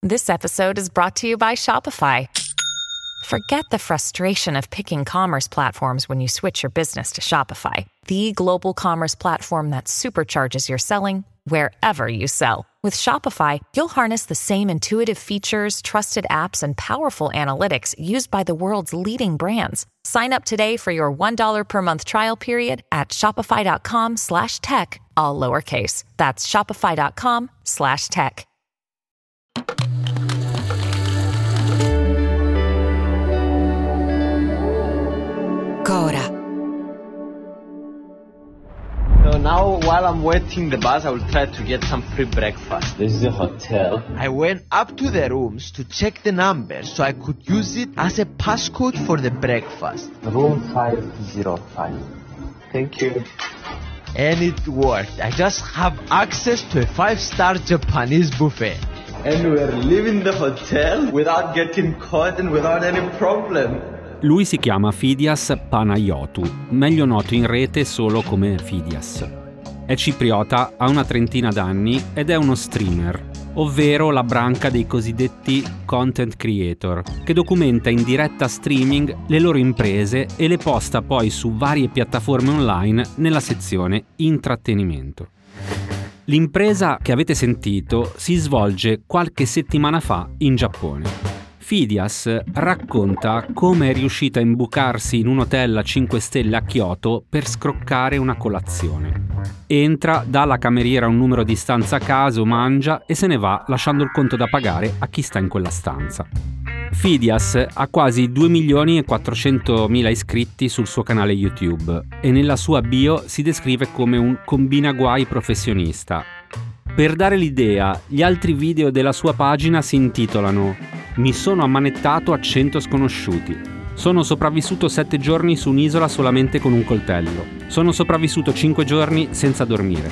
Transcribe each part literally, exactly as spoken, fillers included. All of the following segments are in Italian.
This episode is brought to you by Shopify. Forget the frustration of picking commerce platforms when you switch your business to Shopify, the global commerce platform that supercharges your selling wherever you sell. With Shopify, you'll harness the same intuitive features, trusted apps, and powerful analytics used by the world's leading brands. Sign up today for your one dollar per month trial period at shopify.com slash tech, all lowercase. That's shopify.com slash tech. Cora. So now while I'm waiting the bus, I will try to get some free breakfast. This is a hotel. I went up to the rooms to check the numbers so I could use it as a passcode for the breakfast. Room five oh five. Thank you. And it worked. I just have access to a five-star Japanese buffet. And we're leaving the hotel without getting caught and without any problem. Lui si chiama Fidias Panayotou, meglio noto in rete solo come Fidias. È cipriota, ha una trentina d'anni ed è uno streamer, ovvero la branca dei cosiddetti content creator, che documenta in diretta streaming le loro imprese e le posta poi su varie piattaforme online nella sezione intrattenimento. L'impresa che avete sentito si svolge qualche settimana fa in Giappone. Fidias racconta come è riuscita a imbucarsi in un hotel a cinque stelle a Kyoto per scroccare una colazione. Entra, dà alla cameriera un numero di stanza a caso, mangia e se ne va lasciando il conto da pagare a chi sta in quella stanza. Fidias ha quasi due milioni e quattrocentomila iscritti sul suo canale YouTube e nella sua bio si descrive come un combinaguai professionista. Per dare l'idea, gli altri video della sua pagina si intitolano "Mi sono ammanettato a cento sconosciuti", "Sono sopravvissuto sette giorni su un'isola solamente con un coltello", "Sono sopravvissuto cinque giorni senza dormire".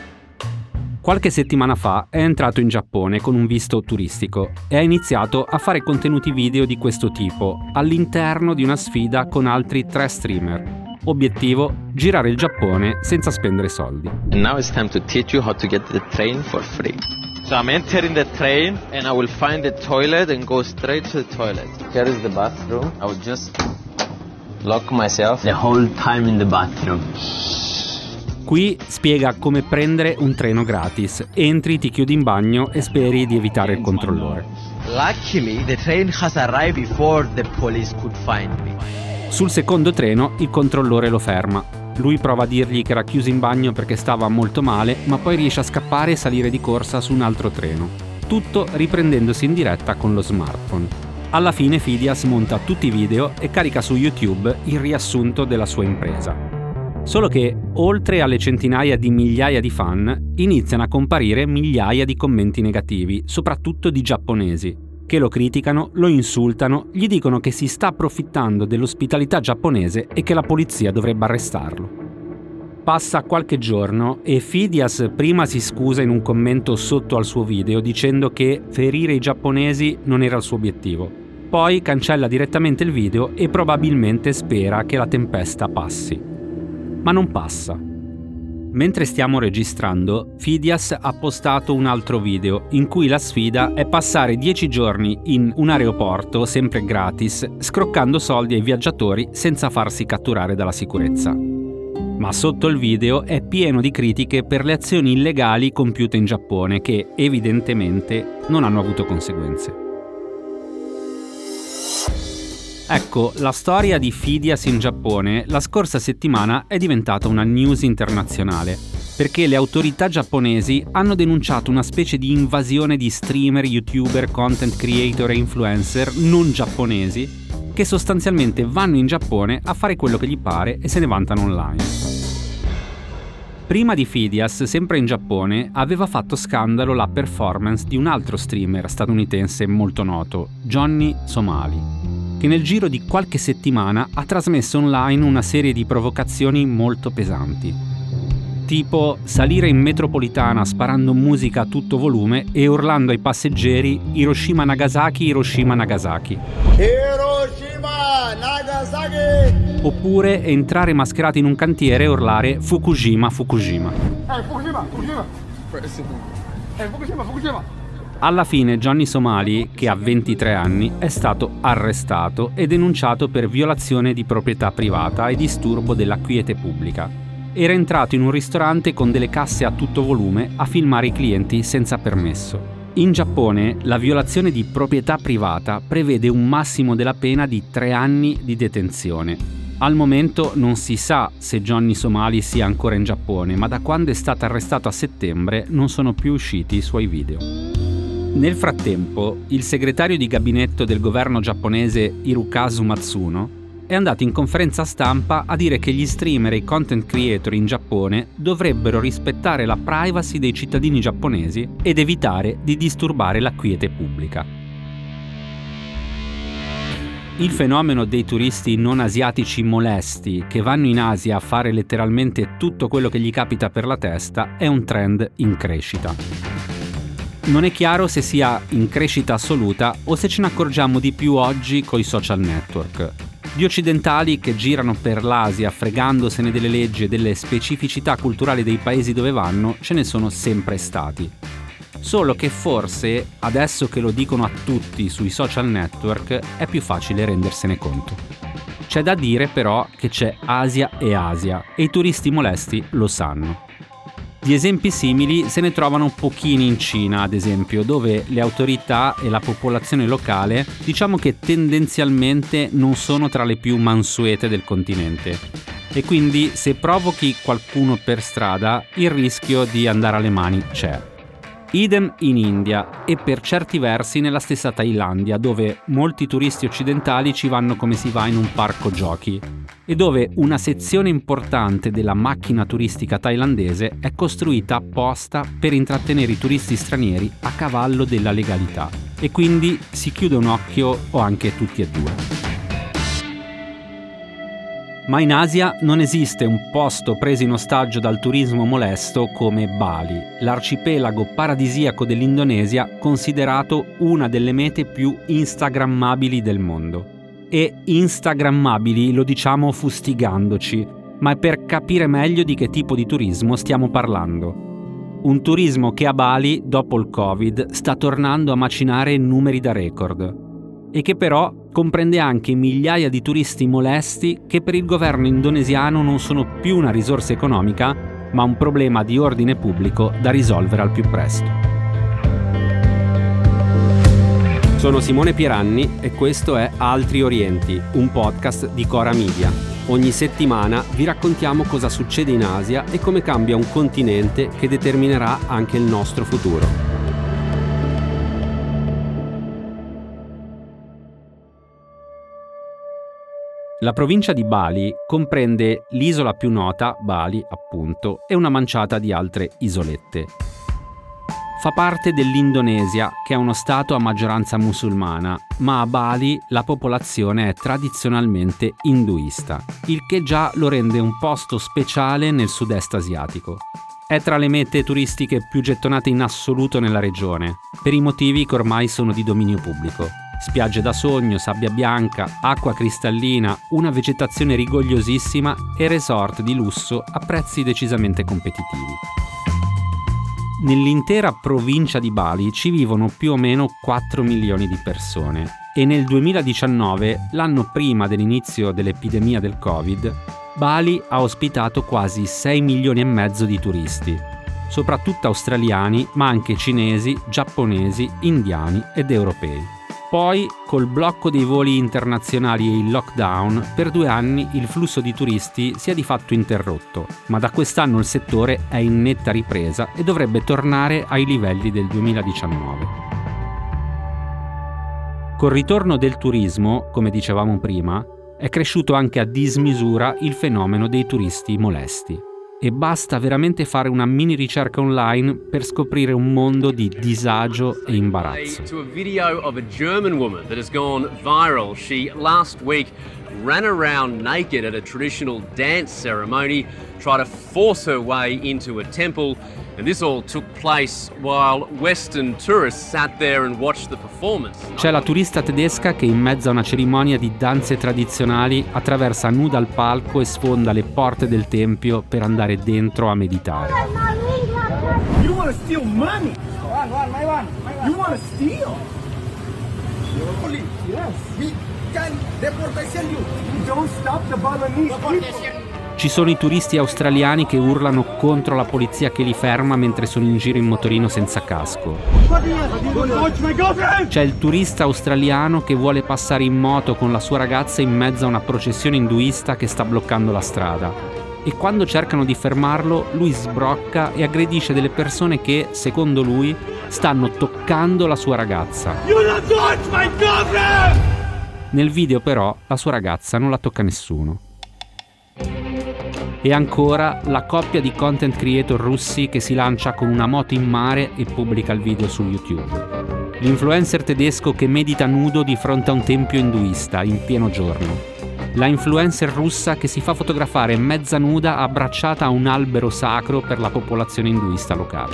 Qualche settimana fa è entrato in Giappone con un visto turistico e ha iniziato a fare contenuti video di questo tipo all'interno di una sfida con altri tre streamer. Obiettivo: girare il Giappone senza spendere soldi. And now it's time to teach you how to get the train for free. So I'm entering the train and I will find the toilet and go straight to the toilet. Here is the bathroom. I will just lock myself the whole time in the bathroom. Qui spiega come prendere un treno gratis. Entri, ti chiudi in bagno e speri di evitare il controllore. Luckily, the train has arrived before the police could find me. Sul secondo treno il controllore lo ferma. Lui prova a dirgli che era chiuso in bagno perché stava molto male, ma poi riesce a scappare e salire di corsa su un altro treno. Tutto riprendendosi in diretta con lo smartphone. Alla fine Fidias monta tutti i video e carica su YouTube il riassunto della sua impresa. Solo che, oltre alle centinaia di migliaia di fan, iniziano a comparire migliaia di commenti negativi, soprattutto di giapponesi, che lo criticano, lo insultano, gli dicono che si sta approfittando dell'ospitalità giapponese e che la polizia dovrebbe arrestarlo. Passa qualche giorno e Fidias prima si scusa in un commento sotto al suo video dicendo che ferire i giapponesi non era il suo obiettivo. Poi cancella direttamente il video e probabilmente spera che la tempesta passi. Ma non passa. Mentre stiamo registrando, Fidias ha postato un altro video in cui la sfida è passare dieci giorni in un aeroporto, sempre gratis, scroccando soldi ai viaggiatori senza farsi catturare dalla sicurezza. Ma sotto il video è pieno di critiche per le azioni illegali compiute in Giappone che, evidentemente, non hanno avuto conseguenze. Ecco, la storia di Fidias in Giappone la scorsa settimana è diventata una news internazionale, perché le autorità giapponesi hanno denunciato una specie di invasione di streamer, youtuber, content creator e influencer non giapponesi che sostanzialmente vanno in Giappone a fare quello che gli pare e se ne vantano online. Prima di Fidias, sempre in Giappone, aveva fatto scandalo la performance di un altro streamer statunitense molto noto, Johnny Somali, che nel giro di qualche settimana ha trasmesso online una serie di provocazioni molto pesanti. Tipo salire in metropolitana sparando musica a tutto volume e urlando ai passeggeri Hiroshima Nagasaki, Hiroshima Nagasaki. Hiroshima Nagasaki! Oppure entrare mascherati in un cantiere e urlare Fukushima, Fukushima. Eh, Fukushima, Fukushima! Eh, Fukushima, Fukushima! Alla fine Johnny Somali, che ha ventitré anni, è stato arrestato e denunciato per violazione di proprietà privata e disturbo della quiete pubblica. Era entrato in un ristorante con delle casse a tutto volume a filmare i clienti senza permesso. In Giappone la violazione di proprietà privata prevede un massimo della pena di tre anni di detenzione. Al momento non si sa se Johnny Somali sia ancora in Giappone, ma da quando è stato arrestato a settembre non sono più usciti i suoi video. Nel frattempo, il segretario di gabinetto del governo giapponese Hirokazu Matsuno è andato in conferenza stampa a dire che gli streamer e i content creator in Giappone dovrebbero rispettare la privacy dei cittadini giapponesi ed evitare di disturbare la quiete pubblica. Il fenomeno dei turisti non asiatici molesti che vanno in Asia a fare letteralmente tutto quello che gli capita per la testa è un trend in crescita. Non è chiaro se sia in crescita assoluta o se ce ne accorgiamo di più oggi coi social network. Di occidentali che girano per l'Asia fregandosene delle leggi e delle specificità culturali dei paesi dove vanno ce ne sono sempre stati. Solo che forse, adesso che lo dicono a tutti sui social network, è più facile rendersene conto. C'è da dire però che c'è Asia e Asia e i turisti molesti lo sanno. Di esempi simili se ne trovano pochini in Cina, ad esempio, dove le autorità e la popolazione locale diciamo che tendenzialmente non sono tra le più mansuete del continente. E quindi se provochi qualcuno per strada, il rischio di andare alle mani c'è. Idem in India e per certi versi nella stessa Thailandia, dove molti turisti occidentali ci vanno come si va in un parco giochi e dove una sezione importante della macchina turistica thailandese è costruita apposta per intrattenere i turisti stranieri a cavallo della legalità e quindi si chiude un occhio o anche tutti e due. Ma in Asia non esiste un posto preso in ostaggio dal turismo molesto come Bali, l'arcipelago paradisiaco dell'Indonesia considerato una delle mete più instagrammabili del mondo. E instagrammabili lo diciamo fustigandoci, ma è per capire meglio di che tipo di turismo stiamo parlando. Un turismo che a Bali, dopo il Covid, sta tornando a macinare numeri da record. E che però comprende anche migliaia di turisti molesti che per il governo indonesiano non sono più una risorsa economica, ma un problema di ordine pubblico da risolvere al più presto. Sono Simone Pieranni e questo è Altri Orienti, un podcast di Cora Media. Ogni settimana vi raccontiamo cosa succede in Asia e come cambia un continente che determinerà anche il nostro futuro. La provincia di Bali comprende l'isola più nota, Bali appunto, e una manciata di altre isolette. Fa parte dell'Indonesia, che è uno stato a maggioranza musulmana, ma a Bali la popolazione è tradizionalmente induista, il che già lo rende un posto speciale nel sud-est asiatico. È tra le mete turistiche più gettonate in assoluto nella regione, per i motivi che ormai sono di dominio pubblico. Spiagge da sogno, sabbia bianca, acqua cristallina, una vegetazione rigogliosissima e resort di lusso a prezzi decisamente competitivi. Nell'intera provincia di Bali ci vivono più o meno quattro milioni di persone e nel duemiladiciannove, l'anno prima dell'inizio dell'epidemia del Covid, Bali ha ospitato quasi sei milioni e mezzo di turisti, soprattutto australiani, ma anche cinesi, giapponesi, indiani ed europei. Poi, col blocco dei voli internazionali e il lockdown, per due anni il flusso di turisti si è di fatto interrotto, ma da quest'anno il settore è in netta ripresa e dovrebbe tornare ai livelli del duemiladiciannove. Col ritorno del turismo, come dicevamo prima, è cresciuto anche a dismisura il fenomeno dei turisti molesti. E basta veramente fare una mini ricerca online per scoprire un mondo di disagio e imbarazzo. To a video of a German woman that has gone viral. She last week ran around naked at a traditional dance ceremony, tried to force her way into a temple, and this all took place while Western tourists sat there and watched the performance. C'è la turista tedesca che in mezzo a una cerimonia di danze tradizionali attraversa nuda il palco e sfonda le porte del tempio per andare dentro a meditare. You want to steal money? One, one, my one, my one. You want to steal? Police, yes. We can deportation you. Don't stop the Balinese people. Ci sono i turisti australiani che urlano contro la polizia che li ferma mentre sono in giro in motorino senza casco. C'è il turista australiano che vuole passare in moto con la sua ragazza in mezzo a una processione induista che sta bloccando la strada. E quando cercano di fermarlo, lui sbrocca e aggredisce delle persone che, secondo lui, stanno toccando la sua ragazza. Nel video però la sua ragazza non la tocca nessuno. E ancora la coppia di content creator russi che si lancia con una moto in mare e pubblica il video su YouTube. L'influencer tedesco che medita nudo di fronte a un tempio induista in pieno giorno. La influencer russa che si fa fotografare mezza nuda abbracciata a un albero sacro per la popolazione induista locale.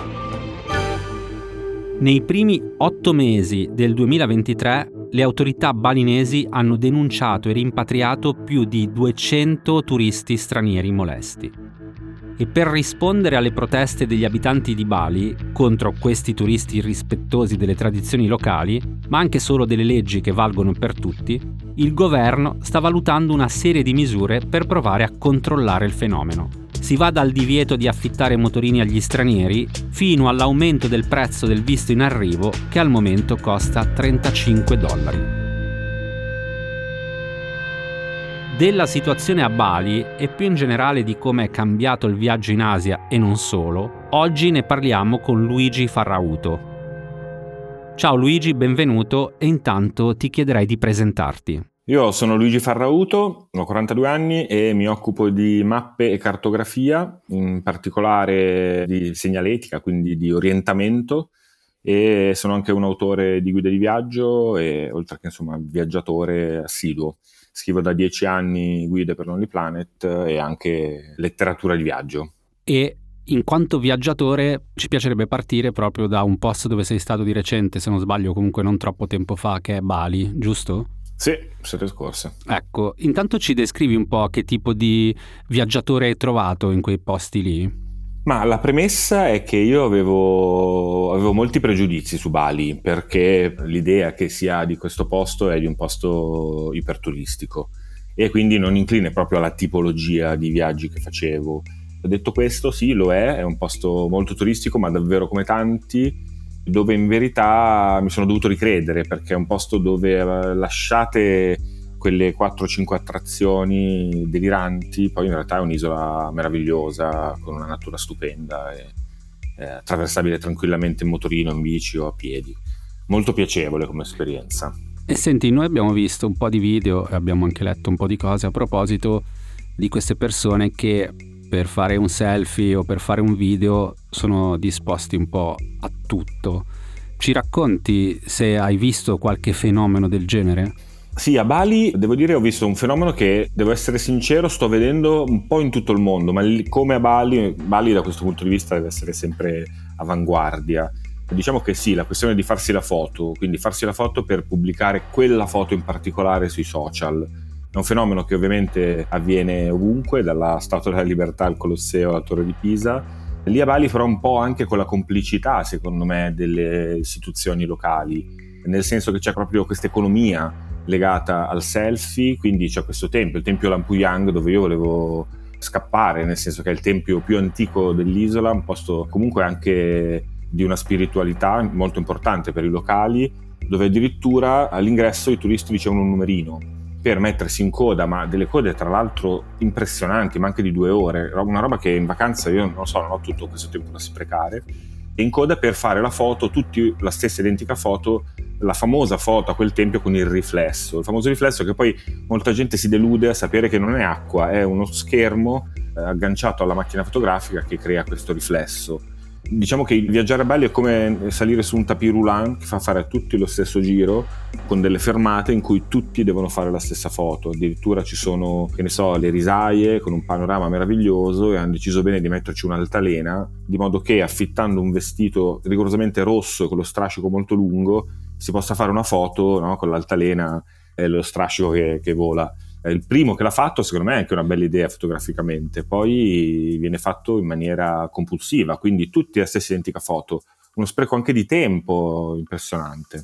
Nei primi otto mesi del duemilaventitré le autorità balinesi hanno denunciato e rimpatriato più di duecento turisti stranieri molesti. E per rispondere alle proteste degli abitanti di Bali contro questi turisti irrispettosi delle tradizioni locali, ma anche solo delle leggi che valgono per tutti, il governo sta valutando una serie di misure per provare a controllare il fenomeno. Si va dal divieto di affittare motorini agli stranieri fino all'aumento del prezzo del visto in arrivo che al momento costa trentacinque dollari. Della situazione a Bali e più in generale di come è cambiato il viaggio in Asia e non solo, oggi ne parliamo con Luigi Farrauto. Ciao Luigi, benvenuto e intanto ti chiederei di presentarti. Io sono Luigi Farrauto, ho quarantadue anni e mi occupo di mappe e cartografia, in particolare di segnaletica, quindi di orientamento, e sono anche un autore di guide di viaggio e oltre che insomma viaggiatore assiduo. Scrivo da dieci anni guide per Lonely Planet e anche letteratura di viaggio. E in quanto viaggiatore ci piacerebbe partire proprio da un posto dove sei stato di recente, se non sbaglio comunque non troppo tempo fa, che è Bali, giusto? Sì, sette scorse. Ecco, intanto ci descrivi un po' che tipo di viaggiatore hai trovato in quei posti lì? Ma la premessa è che io avevo, avevo molti pregiudizi su Bali, perché l'idea che si ha di questo posto è di un posto iperturistico e quindi non incline proprio alla tipologia di viaggi che facevo. Detto questo, sì, lo è, è un posto molto turistico, ma davvero come tanti, dove in verità mi sono dovuto ricredere, perché è un posto dove lasciate quelle quattro cinque attrazioni deliranti, poi in realtà è un'isola meravigliosa con una natura stupenda e eh, attraversabile tranquillamente in motorino, in bici o a piedi. Molto piacevole come esperienza. E senti, noi abbiamo visto un po' di video e abbiamo anche letto un po' di cose a proposito di queste persone che per fare un selfie o per fare un video sono disposti un po' a tutto. Ci racconti se hai visto qualche fenomeno del genere? Sì, a Bali devo dire ho visto un fenomeno che, devo essere sincero, sto vedendo un po' in tutto il mondo, ma come a Bali, Bali da questo punto di vista deve essere sempre avanguardia. Diciamo che sì, la questione di farsi la foto, quindi farsi la foto per pubblicare quella foto in particolare sui social. È un fenomeno che ovviamente avviene ovunque, dalla Statua della Libertà al Colosseo alla Torre di Pisa. Lì a Bali però un po' anche con la complicità, secondo me, delle istituzioni locali, nel senso che c'è proprio questa economia legata al selfie, quindi c'è questo tempio, il tempio Lampuyang, dove io volevo scappare, nel senso che è il tempio più antico dell'isola, un posto comunque anche di una spiritualità molto importante per i locali, dove addirittura all'ingresso i turisti ricevono un numerino per mettersi in coda, ma delle code tra l'altro impressionanti, ma anche di due ore, una roba che in vacanza io non so, non ho tutto questo tempo da sprecare, e in coda per fare la foto, tutti la stessa identica foto, la famosa foto a quel tempio con il riflesso, il famoso riflesso che poi molta gente si delude a sapere che non è acqua, è uno schermo eh, agganciato alla macchina fotografica che crea questo riflesso. Diciamo che viaggiare a Bali è come salire su un tapis roulant che fa fare a tutti lo stesso giro, con delle fermate in cui tutti devono fare la stessa foto. Addirittura ci sono, che ne so, le risaie con un panorama meraviglioso e hanno deciso bene di metterci un'altalena, di modo che affittando un vestito rigorosamente rosso e con lo strascico molto lungo si possa fare una foto, no, con l'altalena e lo strascico che, che vola. Il primo che l'ha fatto, secondo me, è anche una bella idea fotograficamente. Poi viene fatto in maniera compulsiva, quindi tutti la stessa identica foto, uno spreco anche di tempo impressionante.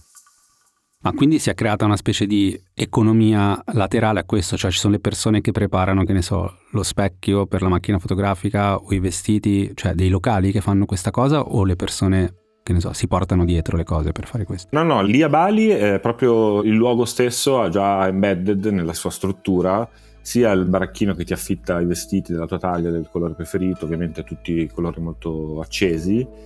Ma quindi si è creata una specie di economia laterale a questo, cioè ci sono le persone che preparano, che ne so, lo specchio per la macchina fotografica o i vestiti, cioè dei locali che fanno questa cosa, o le persone, che ne so, si portano dietro le cose per fare questo? No, no, lì a Bali è proprio il luogo stesso, ha già embedded nella sua struttura sia il baracchino che ti affitta i vestiti della tua taglia, del colore preferito, ovviamente tutti colori molto accesi,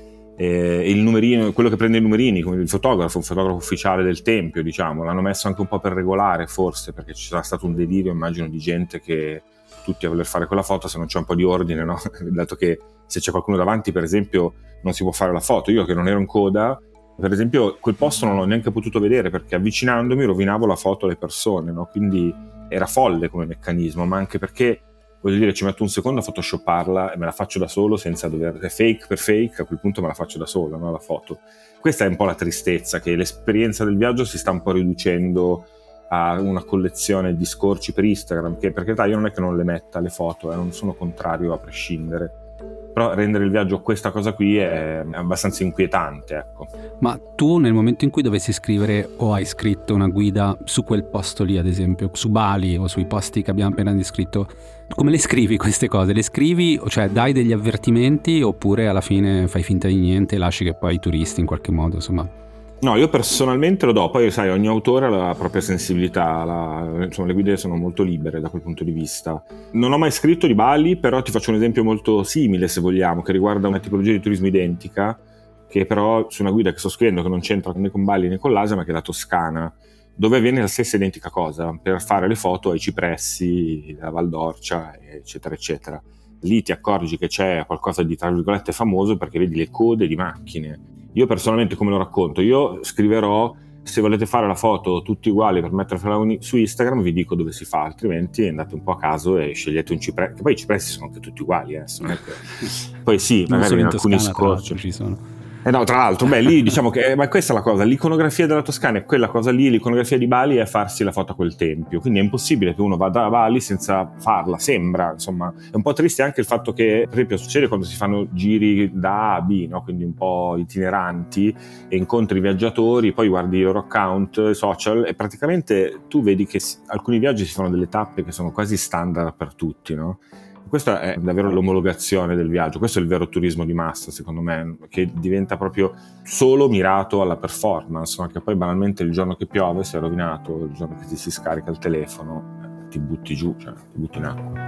e il numerino, quello che prende i numerini, come il fotografo, un fotografo ufficiale del tempio, diciamo, l'hanno messo anche un po' per regolare, forse, perché ci sarà stato un delirio, immagino, di gente che tutti a voler fare quella foto, se non c'è un po' di ordine, no? Dato che se c'è qualcuno davanti, per esempio, non si può fare la foto. Io che non ero in coda, per esempio, quel posto non l'ho neanche potuto vedere, perché avvicinandomi rovinavo la foto alle persone, no? Quindi era folle come meccanismo, ma anche perché, voglio dire, ci metto un secondo a photoshopparla e me la faccio da solo senza dover, fake per fake, a quel punto me la faccio da solo, no? La foto. Questa è un po' la tristezza, che l'esperienza del viaggio si sta un po' riducendo a una collezione di scorci per Instagram, che per carità io non è che non le metta le foto, eh, non sono contrario a prescindere, però rendere il viaggio questa cosa qui è abbastanza inquietante, ecco. Ma tu nel momento in cui dovessi scrivere o hai scritto una guida su quel posto lì, ad esempio su Bali o sui posti che abbiamo appena descritto, come le scrivi queste cose? Le scrivi, cioè dai degli avvertimenti, oppure alla fine fai finta di niente e lasci che poi i turisti in qualche modo, insomma? No, io personalmente lo do, poi sai, ogni autore ha la propria sensibilità, la, insomma le guide sono molto libere da quel punto di vista. Non ho mai scritto di Bali, però ti faccio un esempio molto simile, se vogliamo, che riguarda una tipologia di turismo identica, che però su una guida che sto scrivendo, che non c'entra né con Bali né con l'Asia, ma che è la Toscana, dove avviene la stessa identica cosa, per fare le foto ai cipressi, la Val d'Orcia, eccetera, eccetera. Lì ti accorgi che c'è qualcosa di, tra virgolette, famoso, perché vedi le code di macchine. Io personalmente come lo racconto? Io scriverò, se volete fare la foto tutti uguali per metterla su Instagram, vi dico dove si fa, altrimenti andate un po' a caso e scegliete un cipresso, che poi i cipressi sono anche tutti uguali, eh, che... poi sì, magari in alcuni scorci ci sono. Eh no, tra l'altro, beh, lì diciamo che, ma questa è la cosa, l'iconografia della Toscana è quella cosa lì, l'iconografia di Bali è farsi la foto a quel tempio, quindi è impossibile che uno vada a Bali senza farla, sembra, insomma. È un po' triste anche il fatto che, per esempio, succede quando si fanno giri da A a B, no? Quindi un po' itineranti, e incontri viaggiatori, poi guardi i loro account social e praticamente tu vedi che alcuni viaggi si fanno delle tappe che sono quasi standard per tutti, no? Questa è davvero l'omologazione del viaggio, questo è il vero turismo di massa, secondo me, che diventa proprio solo mirato alla performance, ma che poi banalmente il giorno che piove si è rovinato, il giorno che ti si scarica il telefono, ti butti giù, cioè ti butti in acqua.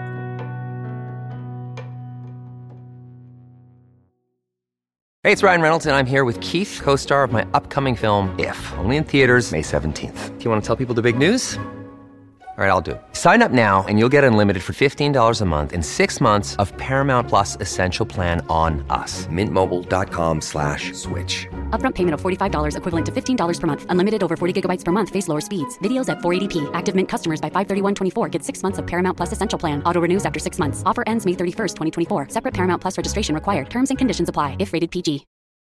Hey, it's Ryan Reynolds, and I'm here with Keith, co-star of my upcoming film, If, only in theaters May seventeenth. Do you want to tell people the big news? All right, I'll do it. Sign up now and you'll get unlimited for fifteen dollars a month and six months of Paramount Plus Essential Plan on us. Mint Mobile dot com slash switch. Upfront payment of forty-five dollars equivalent to fifteen dollars per month. Unlimited over forty gigabytes per month. Face lower speeds. Videos at four eighty p. Active Mint customers by five thirty-one twenty-four get six months of Paramount Plus Essential Plan. Auto renews after six months. Offer ends May thirty-first, twenty twenty-four. Separate Paramount Plus registration required. Terms and conditions apply if rated P G.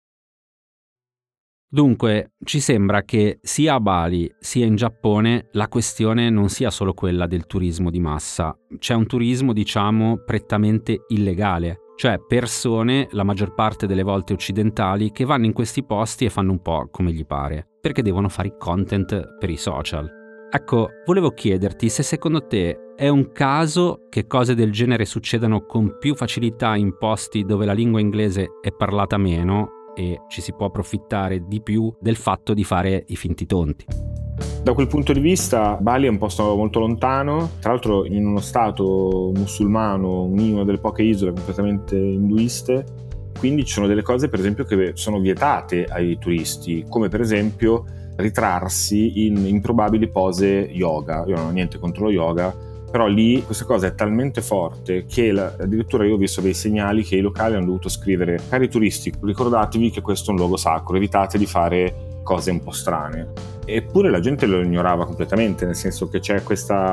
Dunque, ci sembra che sia a Bali sia in Giappone la questione non sia solo quella del turismo di massa. C'è un turismo, diciamo, prettamente illegale, cioè persone, la maggior parte delle volte occidentali, che vanno in questi posti e fanno un po' come gli pare, perché devono fare i content per i social. Ecco, volevo chiederti se secondo te è un caso che cose del genere succedano con più facilità in posti dove la lingua inglese è parlata meno e ci si può approfittare di più del fatto di fare i finti tonti. Da quel punto di vista Bali è un posto molto lontano, tra l'altro in uno stato musulmano, una delle poche isole completamente induiste, quindi ci sono delle cose per esempio che sono vietate ai turisti, come per esempio ritrarsi in improbabili pose yoga. Io non ho niente contro lo yoga, però lì questa cosa è talmente forte che la, addirittura io ho visto dei segnali che i locali hanno dovuto scrivere: cari turisti, ricordatevi che questo è un luogo sacro, evitate di fare cose un po' strane. Eppure la gente lo ignorava completamente, nel senso che c'è questa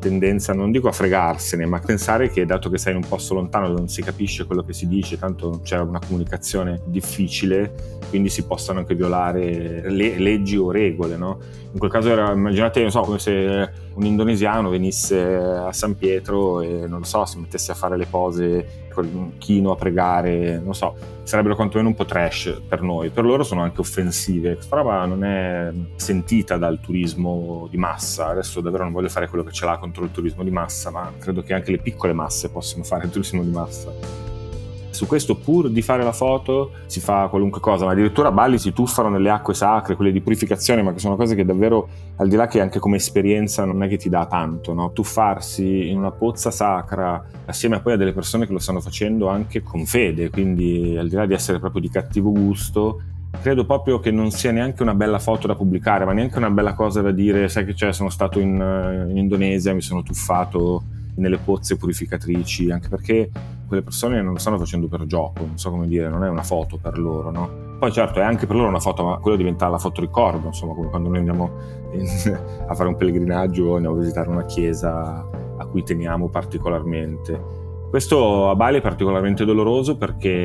tendenza, non dico a fregarsene, ma a pensare che dato che sei in un posto lontano dove non si capisce quello che si dice, tanto c'è una comunicazione difficile, quindi si possono anche violare le leggi o regole, no? In quel caso era, immaginate, non so, come se un indonesiano venisse a San Pietro e, non lo so, si mettesse a fare le pose col chino a pregare, non so, sarebbero quantomeno un po' trash per noi, per loro sono anche offensive. Questa roba non è sentita dal turismo di massa. Adesso davvero non voglio fare quello che ce l'ha contro il turismo di massa, ma credo che anche le piccole masse possano fare il turismo di massa. Su questo, pur di fare la foto, si fa qualunque cosa, ma addirittura a Bali si tuffano nelle acque sacre, quelle di purificazione, ma che sono cose che davvero, al di là che anche come esperienza non è che ti dà tanto, no? Tuffarsi in una pozza sacra assieme a poi a delle persone che lo stanno facendo anche con fede, quindi al di là di essere proprio di cattivo gusto, credo proprio che non sia neanche una bella foto da pubblicare, ma neanche una bella cosa da dire, sai che c'è, sono stato in, in Indonesia, mi sono tuffato nelle pozze purificatrici, anche perché quelle persone non lo stanno facendo per gioco, non so come dire, non è una foto per loro, no? Poi certo è anche per loro una foto, ma quello diventa la fotoricordo, insomma, come quando noi andiamo in, a fare un pellegrinaggio, andiamo a visitare una chiesa a cui teniamo particolarmente. Questo a Bali è particolarmente doloroso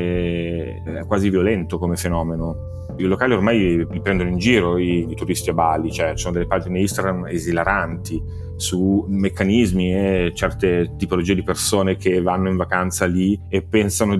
perché è quasi violento come fenomeno. I locali ormai li prendono in giro i, i turisti a Bali, cioè ci sono delle pagine Instagram esilaranti su meccanismi e certe tipologie di persone che vanno in vacanza lì e pensano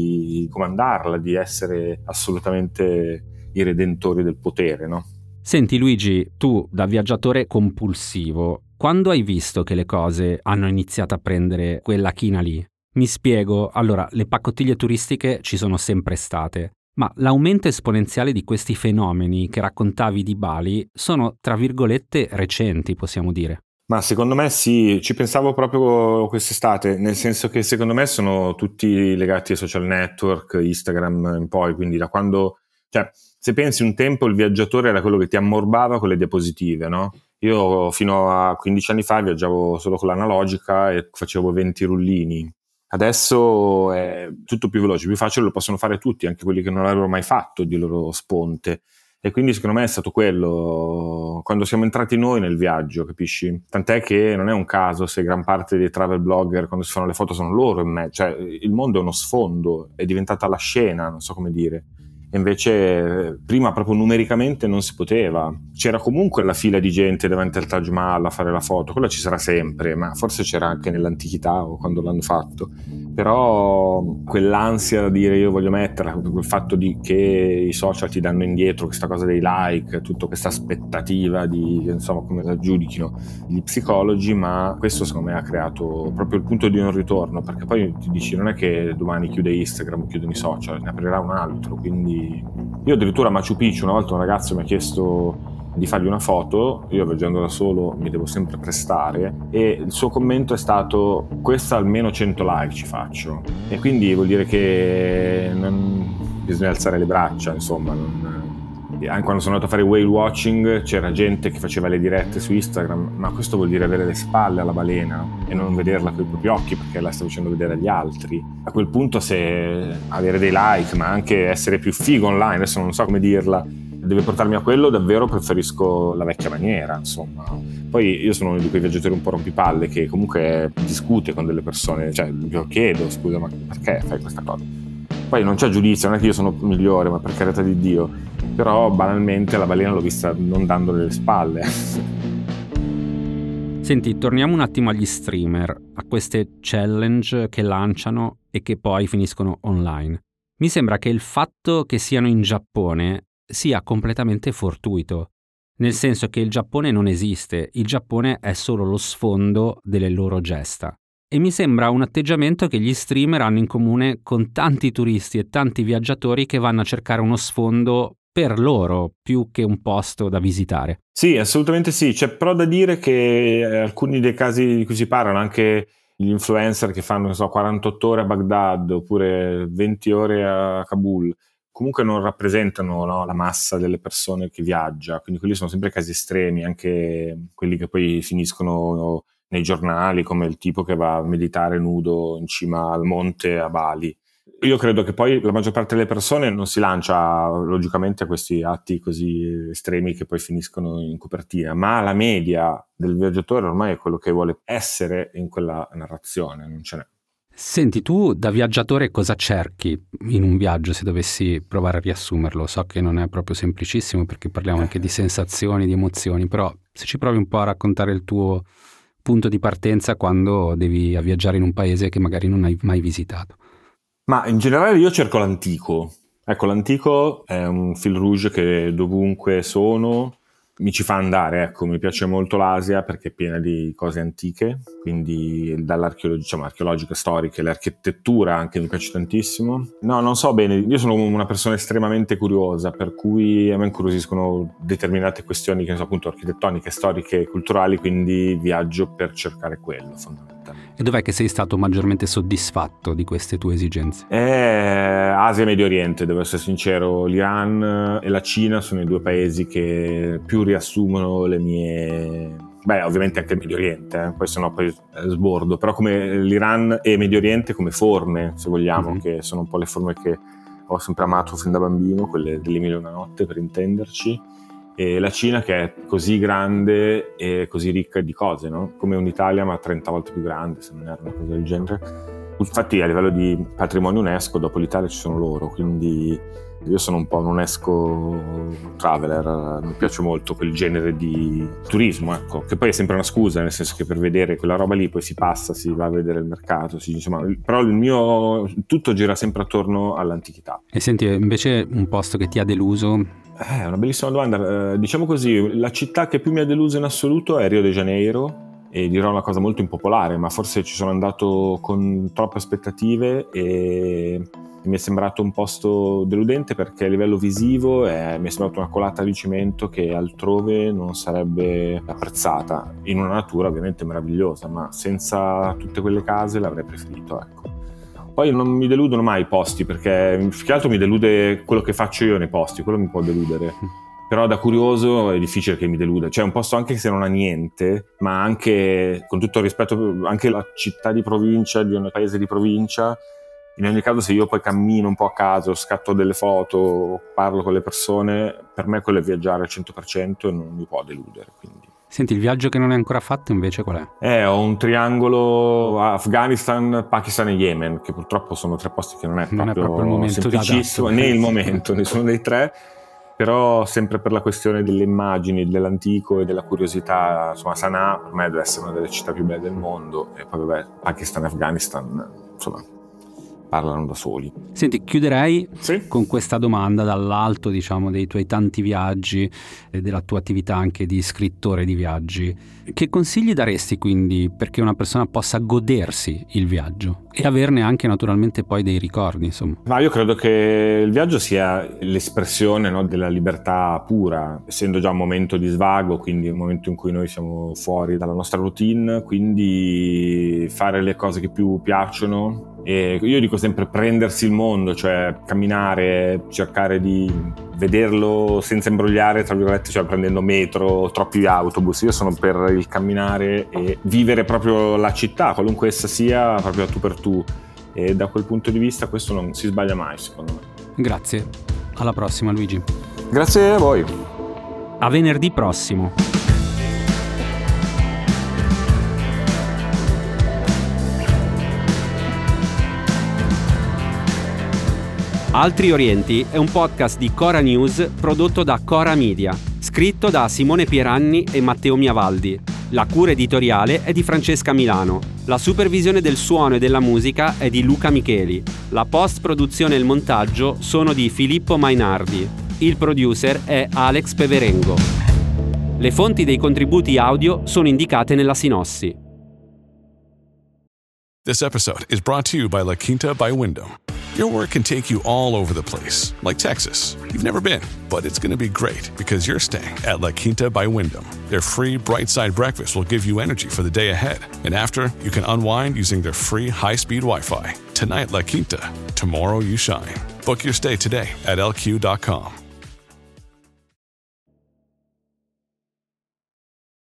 di comandarla, di essere assolutamente i redentori del potere, no? Senti Luigi, tu da viaggiatore compulsivo, quando hai visto che le cose hanno iniziato a prendere quella china lì? Mi spiego, allora, le pacottiglie turistiche ci sono sempre state, ma l'aumento esponenziale di questi fenomeni che raccontavi di Bali sono, tra virgolette, recenti, possiamo dire. Ma secondo me sì, ci pensavo proprio quest'estate, nel senso che secondo me sono tutti legati ai social network, Instagram in poi, quindi da quando, cioè se pensi un tempo il viaggiatore era quello che ti ammorbava con le diapositive, no? Io fino a quindici anni fa viaggiavo solo con l'analogica e facevo venti rullini. Adesso è tutto più veloce, più facile, lo possono fare tutti, anche quelli che non l'avrebbero mai fatto di loro sponte. E quindi secondo me è stato quello, quando siamo entrati noi nel viaggio, capisci? Tant'è che non è un caso se gran parte dei travel blogger, quando si fanno le foto, sono loro in mezzo, cioè il mondo è uno sfondo, è diventata la scena, non so come dire. E invece prima proprio numericamente non si poteva, c'era comunque la fila di gente davanti al Taj Mahal a fare la foto, quella ci sarà sempre, ma forse c'era anche nell'antichità o quando l'hanno fatto, però quell'ansia da dire io voglio metterla, quel fatto di che i social ti danno indietro questa cosa dei like, tutta questa aspettativa di, insomma, come la giudichino gli psicologi, ma questo secondo me ha creato proprio il punto di non ritorno, perché poi ti dici non è che domani chiude Instagram o chiudono i social, ne aprirà un altro, quindi io addirittura a Machu Picchu una volta un ragazzo mi ha chiesto di fargli una foto, io viaggiando da solo mi devo sempre prestare, e il suo commento è stato questa almeno cento like ci faccio, e quindi vuol dire che non bisogna alzare le braccia, insomma. Non... anche quando sono andato a fare whale watching c'era gente che faceva le dirette su Instagram, ma questo vuol dire avere le spalle alla balena e non vederla con i propri occhi perché la sta facendo vedere agli altri. A quel punto, se avere dei like ma anche essere più figo online, adesso non so come dirla, deve portarmi a quello, davvero preferisco la vecchia maniera, insomma. Poi io sono uno di quei viaggiatori un po' rompipalle che comunque discute con delle persone, cioè io chiedo scusa ma perché fai questa cosa? Poi non c'è giudizio, non è che io sono migliore, ma per carità di Dio, però banalmente la balena l'ho vista non dandole le spalle. Senti, torniamo un attimo agli streamer, a queste challenge che lanciano e che poi finiscono online. Mi sembra che il fatto che siano in Giappone sia completamente fortuito, nel senso che il Giappone non esiste, il Giappone è solo lo sfondo delle loro gesta. E mi sembra un atteggiamento che gli streamer hanno in comune con tanti turisti e tanti viaggiatori che vanno a cercare uno sfondo per loro più che un posto da visitare. Sì, assolutamente sì. C'è però da dire che alcuni dei casi di cui si parlano, anche gli influencer che fanno, non so, quarantotto ore a Baghdad oppure venti ore a Kabul, comunque non rappresentano, no, la massa delle persone che viaggia, quindi quelli sono sempre casi estremi, anche quelli che poi finiscono, no, nei giornali, come il tipo che va a meditare nudo in cima al monte a Bali. Io credo che poi la maggior parte delle persone non si lancia logicamente a questi atti così estremi che poi finiscono in copertina, ma la media del viaggiatore ormai è quello che vuole essere in quella narrazione, non ce n'è. Senti, tu da viaggiatore cosa cerchi in un viaggio, se dovessi provare a riassumerlo? So che non è proprio semplicissimo perché parliamo anche di sensazioni, di emozioni, però se ci provi un po' a raccontare il tuo punto di partenza quando devi viaggiare in un paese che magari non hai mai visitato. Ma in generale io cerco l'antico. Ecco, l'antico è un fil rouge che dovunque sono mi ci fa andare, ecco, mi piace molto l'Asia perché è piena di cose antiche, quindi dall'archeologia, diciamo, archeologiche, storiche, l'architettura anche mi piace tantissimo. No, non so bene, io sono una persona estremamente curiosa, per cui a me incuriosiscono determinate questioni, che ne so, appunto architettoniche, storiche, culturali, quindi viaggio per cercare quello, fondamentalmente. E dov'è che sei stato maggiormente soddisfatto di queste tue esigenze? Eh, Asia e Medio Oriente, devo essere sincero. L'Iran e la Cina sono i due paesi che più riassumono le mie... Beh, ovviamente anche il Medio Oriente, eh? Poi sennò poi sbordo, però come l'Iran e Medio Oriente come forme, se vogliamo, mm-hmm. che sono un po' le forme che ho sempre amato fin da bambino, quelle delle Mille e una notte, per intenderci. E la Cina che è così grande e così ricca di cose, no? Come un'Italia ma trenta volte più grande, se non era una cosa del genere. Infatti a livello di patrimonio UNESCO dopo l'Italia ci sono loro, quindi io sono un po' un UNESCO traveler, mi piace molto quel genere di turismo, ecco, che poi è sempre una scusa, nel senso che per vedere quella roba lì poi si passa, si va a vedere il mercato, si, insomma, però il mio tutto gira sempre attorno all'antichità. E senti, invece un posto che ti ha deluso? Eh, è una bellissima domanda. Eh, diciamo così, la città che più mi ha deluso in assoluto è Rio de Janeiro, e dirò una cosa molto impopolare, ma forse ci sono andato con troppe aspettative e mi è sembrato un posto deludente perché a livello visivo è, mi è sembrato una colata di cimento che altrove non sarebbe apprezzata, in una natura ovviamente meravigliosa, ma senza tutte quelle case l'avrei preferito, ecco. Poi non mi deludono mai i posti, perché più che altro mi delude quello che faccio io nei posti, quello mi può deludere. Però da curioso è difficile che mi deluda. Cioè un posto anche se non ha niente, ma anche, con tutto il rispetto, anche la città di provincia, di un paese di provincia, in ogni caso se io poi cammino un po' a caso, scatto delle foto, parlo con le persone, per me quello è viaggiare al cento per cento e non mi può deludere, quindi. Senti, il viaggio che non hai ancora fatto invece qual è? Eh, ho un triangolo Afghanistan, Pakistan e Yemen, che purtroppo sono tre posti che non è, non proprio, è proprio il momento semplicissimo, né il momento, nessuno dei tre, però sempre per la questione delle immagini, dell'antico e della curiosità, insomma Sana'a per me deve essere una delle città più belle del mondo, e poi vabbè, Pakistan e Afghanistan, insomma, parlano da soli. Senti, chiuderei sì? con questa domanda dall'alto, diciamo, dei tuoi tanti viaggi e della tua attività anche di scrittore di viaggi. Che consigli daresti quindi perché una persona possa godersi il viaggio e averne anche naturalmente poi dei ricordi, insomma? Ma io credo che il viaggio sia l'espressione, no, della libertà pura, essendo già un momento di svago, quindi un momento in cui noi siamo fuori dalla nostra routine, quindi fare le cose che più piacciono. E io dico sempre prendersi il mondo, cioè camminare, cercare di vederlo senza imbrogliare, tra virgolette, cioè prendendo metro, troppi autobus. Io sono per il camminare e vivere proprio la città, qualunque essa sia, proprio a tu per tu. E da quel punto di vista questo non si sbaglia mai, secondo me. Grazie. Alla prossima, Luigi. Grazie a voi. A venerdì prossimo. Altri Orienti è un podcast di Cora News prodotto da Cora Media, scritto da Simone Pieranni e Matteo Miavaldi. La cura editoriale è di Francesca Milano. La supervisione del suono e della musica è di Luca Micheli. La post-produzione e il montaggio sono di Filippo Mainardi. Il producer è Alex Peverengo. Le fonti dei contributi audio sono indicate nella sinossi. This episode is brought to you by La Quinta by Wyndham. Your work can take you all over the place, like Texas. You've never been, but it's going to be great because you're staying at La Quinta by Wyndham. Their free Bright Side breakfast will give you energy for the day ahead. And after, you can unwind using their free high-speed Wi-Fi. Tonight, La Quinta. Tomorrow, you shine. Book your stay today at L Q dot com.